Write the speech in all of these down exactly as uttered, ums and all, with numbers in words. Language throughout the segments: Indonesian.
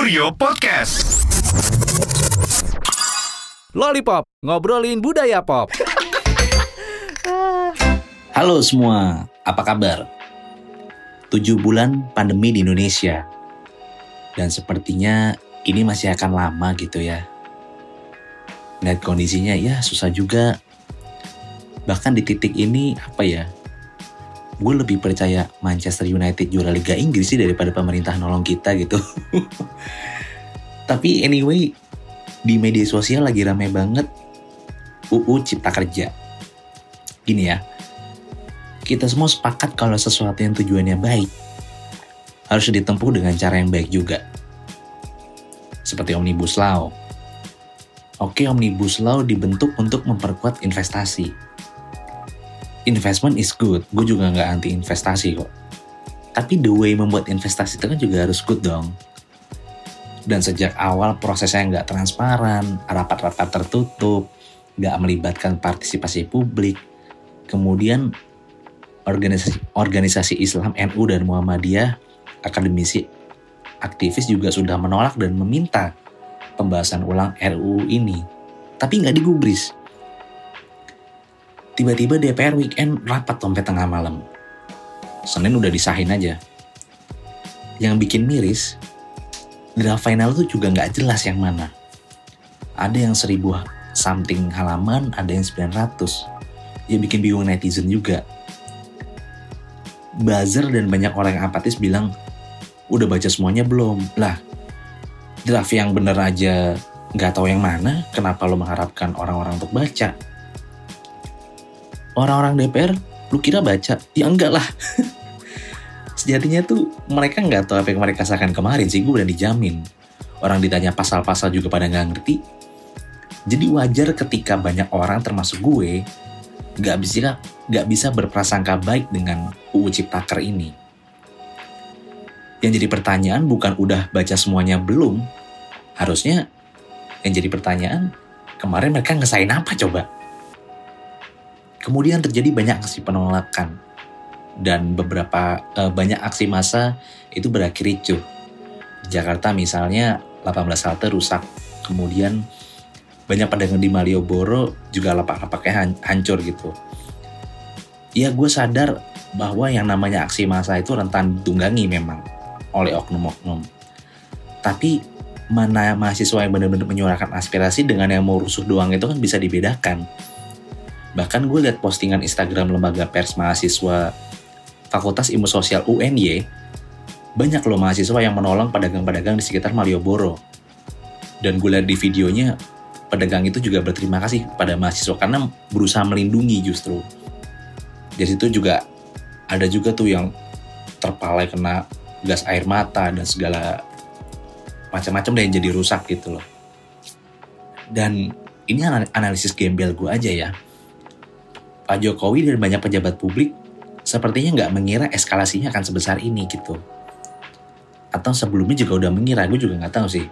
Kurio Podcast. Lollipop, ngobrolin budaya pop. Halo semua, apa kabar? Tujuh bulan pandemi di Indonesia. Dan sepertinya ini masih akan lama gitu ya. Lihat kondisinya ya susah juga. Bahkan di titik ini apa ya, gue lebih percaya Manchester United juara Liga Inggris sih daripada pemerintah nolong kita gitu. Tapi anyway, di media sosial lagi rame banget U U Cipta Kerja. Gini ya, kita semua sepakat kalau sesuatu yang tujuannya baik harus ditempuh dengan cara yang baik juga. Seperti Omnibus Law. Oke, Omnibus Law dibentuk untuk memperkuat investasi. Investment is good, gue juga gak anti investasi kok. Tapi the way membuat investasi itu kan juga harus good dong. Dan sejak awal prosesnya gak transparan, rapat-rapat tertutup, gak melibatkan partisipasi publik. Kemudian organisasi, organisasi Islam N U dan Muhammadiyah, akademisi, aktivis juga sudah menolak dan meminta pembahasan ulang R U U ini. Tapi gak digubris. Tiba-tiba D P R weekend rapat sampai tengah malam. Senin udah disahin aja. Yang bikin miris, draft final tuh juga gak jelas yang mana. Ada yang seribu something halaman, ada yang sembilan ratus. Ya bikin bingung netizen juga. Buzzer dan banyak orang yang apatis bilang, udah baca semuanya belum? Lah, draft yang bener aja gak tahu yang mana, kenapa lo mengharapkan orang-orang untuk baca? Orang-orang D P R, lu kira baca? Ya enggak lah. Sejatinya tuh mereka gak tahu apa yang mereka rasakan kemarin sih, gue udah dijamin. Orang ditanya pasal-pasal juga pada gak ngerti. Jadi wajar ketika banyak orang termasuk gue gak bisa, gak bisa berprasangka baik dengan U U Ciptaker ini. Yang jadi pertanyaan bukan udah baca semuanya belum. Harusnya yang jadi pertanyaan, kemarin mereka ngesain apa coba? Kemudian terjadi banyak aksi penolakan dan beberapa eh, banyak aksi massa itu berakhir ricuh. Di Jakarta misalnya delapan belas halte rusak, kemudian banyak pedagang di Malioboro juga lapak-lapaknya hancur gitu. Ya gue sadar bahwa yang namanya aksi massa itu rentan ditunggangi memang oleh oknum-oknum. Tapi mana mahasiswa yang benar-benar menyuarakan aspirasi dengan yang mau rusuh doang itu kan bisa dibedakan. Bahkan gue liat postingan Instagram lembaga pers mahasiswa Fakultas Ilmu Sosial U N Y, banyak loh mahasiswa yang menolong pedagang-pedagang di sekitar Malioboro. Dan gue liat di videonya, pedagang itu juga berterima kasih pada mahasiswa karena berusaha melindungi justru. Jadi itu juga ada juga tuh yang terpalai kena gas air mata dan segala macam-macam deh yang jadi rusak gitu loh. Dan ini analisis gembel gue aja ya. Pak Jokowi dan banyak pejabat publik sepertinya nggak mengira eskalasinya akan sebesar ini gitu. Atau sebelumnya juga udah mengira, gue juga nggak tahu sih.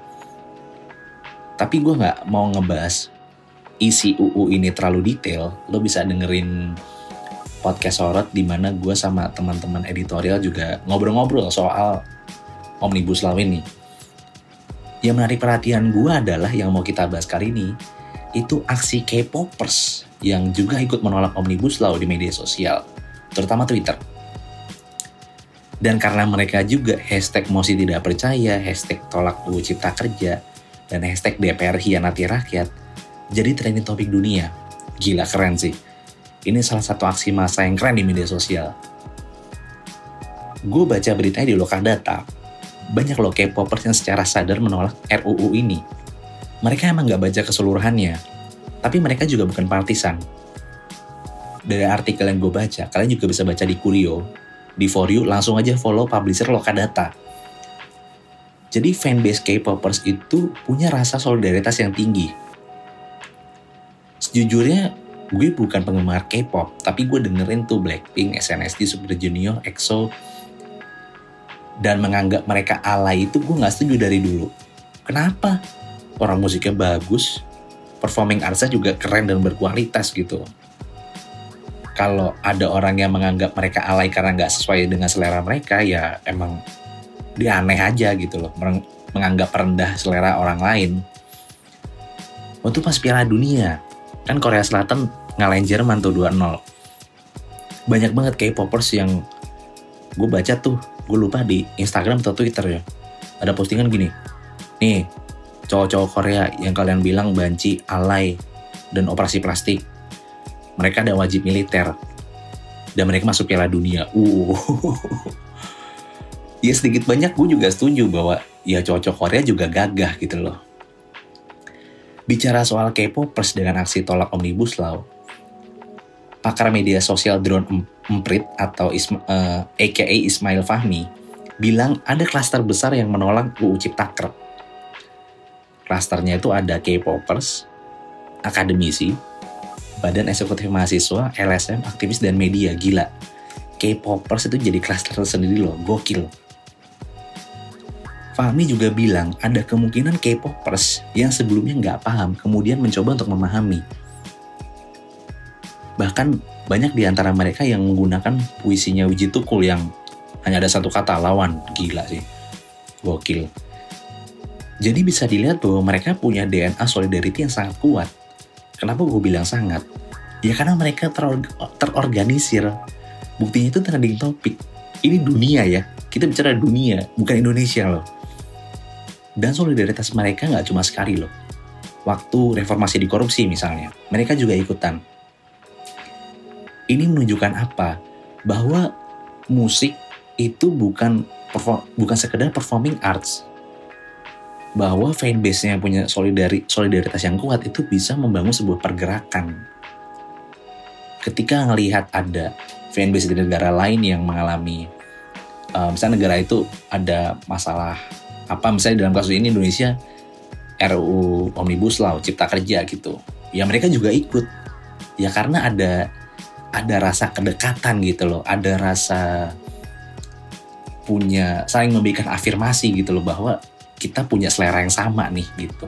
Tapi gue nggak mau ngebahas isi U U ini terlalu detail. Lo bisa dengerin podcast Sorot di mana gue sama teman-teman editorial juga ngobrol-ngobrol soal Omnibus Law ini. Yang menarik perhatian gue adalah yang mau kita bahas kali ini itu aksi K-popers yang juga ikut menolak Omnibus Law di media sosial, terutama Twitter. Dan karena mereka juga hashtag Mosi tidak percaya, hashtag tolak U U Cipta Kerja, dan hashtag D P R hianati rakyat, jadi trending topik dunia. Gila, keren sih. Ini salah satu aksi massa yang keren di media sosial. Gue baca beritanya di Lokadata, banyak loh K-popers yang secara sadar menolak R U U ini. Mereka emang gak baca keseluruhannya, tapi mereka juga bukan partisan. Dari artikel yang gue baca, kalian juga bisa baca di Kurio, di For You, langsung aja follow publisher Lokadata. Jadi fanbase K-popers itu punya rasa solidaritas yang tinggi. Sejujurnya, gue bukan penggemar K-pop, tapi gue dengerin tuh Blackpink, S N S D, Super Junior, E X O, dan menganggap mereka alay itu gue gak setuju dari dulu. Kenapa? Orang musiknya bagus, performing artsnya juga keren dan berkualitas gitu. Kalau ada orang yang menganggap mereka alay karena gak sesuai dengan selera mereka, ya emang dia aneh aja gitu loh. menganggap rendah selera orang lain. Waktu pas Piala Dunia, kan Korea Selatan ngalahin Jerman tuh dua nol. Banyak banget K-popers yang gue baca tuh, gue lupa di Instagram atau Twitter ya. Ada postingan gini, nih cowok-cowok Korea yang kalian bilang banci, alay, dan operasi plastik. Mereka ada wajib militer. Dan mereka masuk Piala Dunia. Uh. Ya sedikit banyak gue juga setuju bahwa ya cowok-cowok Korea juga gagah gitu loh. Bicara soal K-popers dengan aksi tolak Omnibus Law, pakar media sosial Drone Emprit atau Isma, uh, A K A Ismail Fahmi bilang ada klaster besar yang menolak U U Ciptaker. Klasternya itu ada K-popers, akademisi, badan eksekutif mahasiswa, L S M, aktivis dan media. Gila, K-popers itu jadi klaster tersendiri loh, gokil. Fahmi juga bilang ada kemungkinan K-popers yang sebelumnya nggak paham kemudian mencoba untuk memahami. Bahkan banyak di antara mereka yang menggunakan puisinya Wiji Tukul yang hanya ada satu kata, lawan. Gila sih, gokil. Jadi bisa dilihat bahwa mereka punya D N A solidarity yang sangat kuat. Kenapa gue bilang sangat? Ya karena mereka terorg- terorganisir. Buktinya itu trending topik. Ini dunia ya, kita bicara dunia, bukan Indonesia loh. Dan solidaritas mereka gak cuma sekali loh. Waktu reformasi di korupsi misalnya, mereka juga ikutan. Ini menunjukkan apa? Bahwa musik itu bukan perform, bukan sekedar performing arts. Bahwa fanbase-nya punya solidari, solidaritas yang kuat itu bisa membangun sebuah pergerakan. Ketika ngelihat ada fanbase di negara lain yang mengalami, uh, misalnya negara itu ada masalah apa, misalnya dalam kasus ini Indonesia R U U Omnibus Law, Cipta Kerja gitu. Ya mereka juga ikut. Ya karena ada ada rasa kedekatan gitu loh, ada rasa punya saling memberikan afirmasi gitu loh bahwa kita punya selera yang sama nih gitu.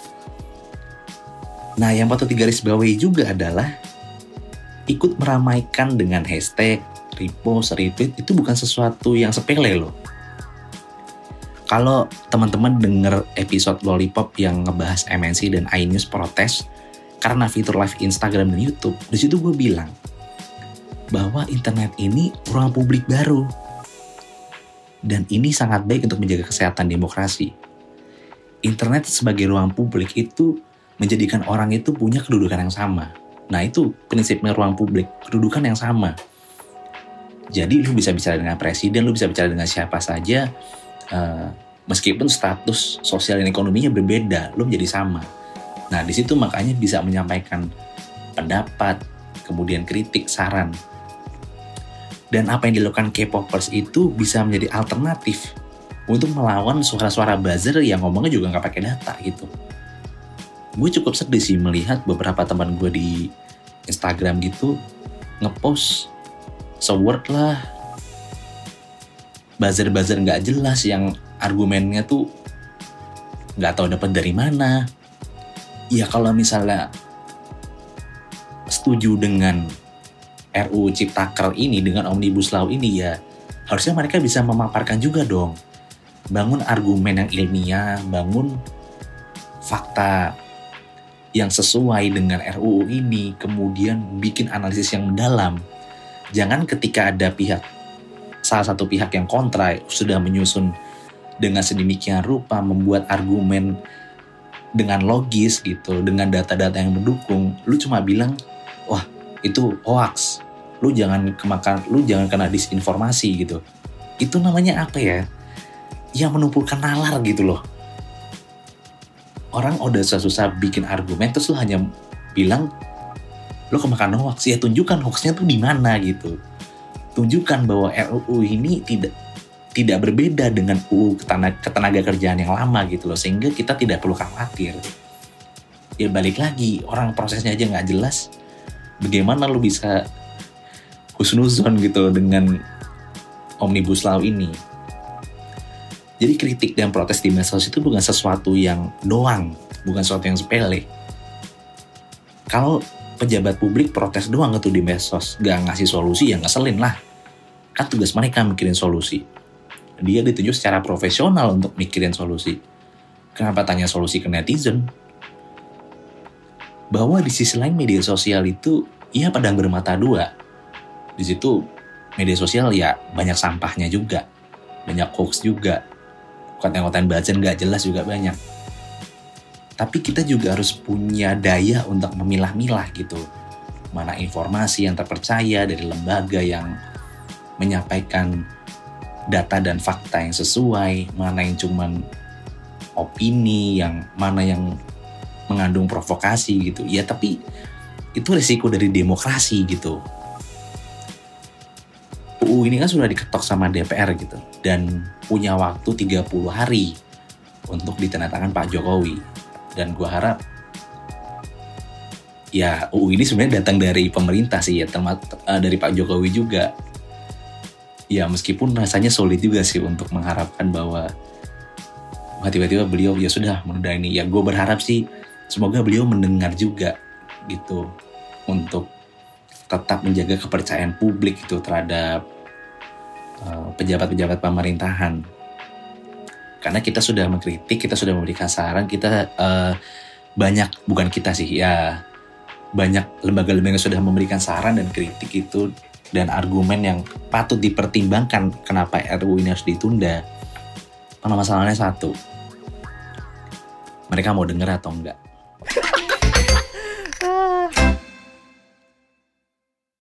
Nah, yang patut digarisbawahi juga adalah ikut meramaikan dengan hashtag, repost, retweet itu bukan sesuatu yang sepele loh. Kalau teman-teman denger episode Lollipop yang ngebahas M N C dan iNews protes karena fitur live Instagram dan YouTube, di situ gue bilang bahwa internet ini ruang publik baru. Dan ini sangat baik untuk menjaga kesehatan demokrasi. Internet sebagai ruang publik itu menjadikan orang itu punya kedudukan yang sama. Nah itu prinsipnya ruang publik, kedudukan yang sama. Jadi lu bisa bicara dengan presiden, lu bisa bicara dengan siapa saja, Uh, meskipun status sosial dan ekonominya berbeda, lo menjadi sama. Nah, di situ makanya bisa menyampaikan pendapat, kemudian kritik, saran. Dan apa yang dilakukan K-popers itu bisa menjadi alternatif untuk melawan suara-suara buzzer yang ngomongnya juga nggak pakai data gitu. Gue cukup sedih sih melihat beberapa teman gue di Instagram gitu ngepost seword lah, buzzer-buzzer nggak jelas yang argumennya tuh nggak tahu dapat dari mana. Ya kalau misalnya setuju dengan R U U Ciptaker ini, dengan Omnibus Law ini, ya harusnya mereka bisa memaparkan juga dong. Bangun argumen yang ilmiah, bangun fakta yang sesuai dengan R U U ini, kemudian bikin analisis yang mendalam. Jangan ketika ada pihak salah satu pihak yang kontra sudah menyusun dengan sedemikian rupa, membuat argumen dengan logis gitu, dengan data-data yang mendukung, lu cuma bilang, wah itu hoax, lu jangan kemakan, lu jangan kena disinformasi gitu. Itu namanya apa ya? Yang menumpukan nalar gitu loh. Orang udah susah-susah bikin argumen, terus lu hanya bilang, lu kemakan hoax, ya tunjukkan hoaxnya tuh di mana gitu. Tunjukkan bahwa R U U ini tidak tidak berbeda dengan U U ketenaga, ketenaga kerjaan yang lama gitu loh, sehingga kita tidak perlu khawatir. Ya balik lagi, orang prosesnya aja nggak jelas, bagaimana lu bisa husnuzon gitu loh dengan Omnibus Law ini. Jadi kritik dan protes di medsos itu bukan sesuatu yang doang, bukan sesuatu yang sepele. Kalau pejabat publik protes doang gitu di medsos, gak ngasih solusi, ya ngeselin lah. Kan tugas mereka mikirin solusi. Dia ditunjuk secara profesional untuk mikirin solusi. Kenapa tanya solusi ke netizen? Bahwa di sisi lain media sosial itu ya pedang bermata dua. Di situ media sosial ya banyak sampahnya juga, banyak hoax juga, konten-konten bacaan nggak jelas juga banyak. Tapi kita juga harus punya daya untuk memilah-milah gitu. Mana informasi yang terpercaya dari lembaga yang menyampaikan data dan fakta yang sesuai, mana yang cuman opini, yang mana yang mengandung provokasi gitu. Ya tapi itu risiko dari demokrasi gitu. U U ini kan sudah diketok sama D P R gitu dan punya waktu tiga puluh hari untuk ditandatangani Pak Jokowi. Dan gue harap ya U U ini sebenarnya datang dari pemerintah sih ya, termasuk uh, dari Pak Jokowi juga. Ya meskipun rasanya sulit juga sih untuk mengharapkan bahwa wah, tiba-tiba beliau ya sudah menunda ini. Ya gue berharap sih semoga beliau mendengar juga gitu untuk tetap menjaga kepercayaan publik itu terhadap uh, pejabat-pejabat pemerintahan. Karena kita sudah mengkritik, kita sudah memberikan saran, kita uh, banyak, bukan kita sih ya, banyak lembaga-lembaga yang sudah memberikan saran dan kritik itu dan argumen yang patut dipertimbangkan kenapa R U U ini harus ditunda. Karena masalahnya satu, mereka mau dengar atau enggak.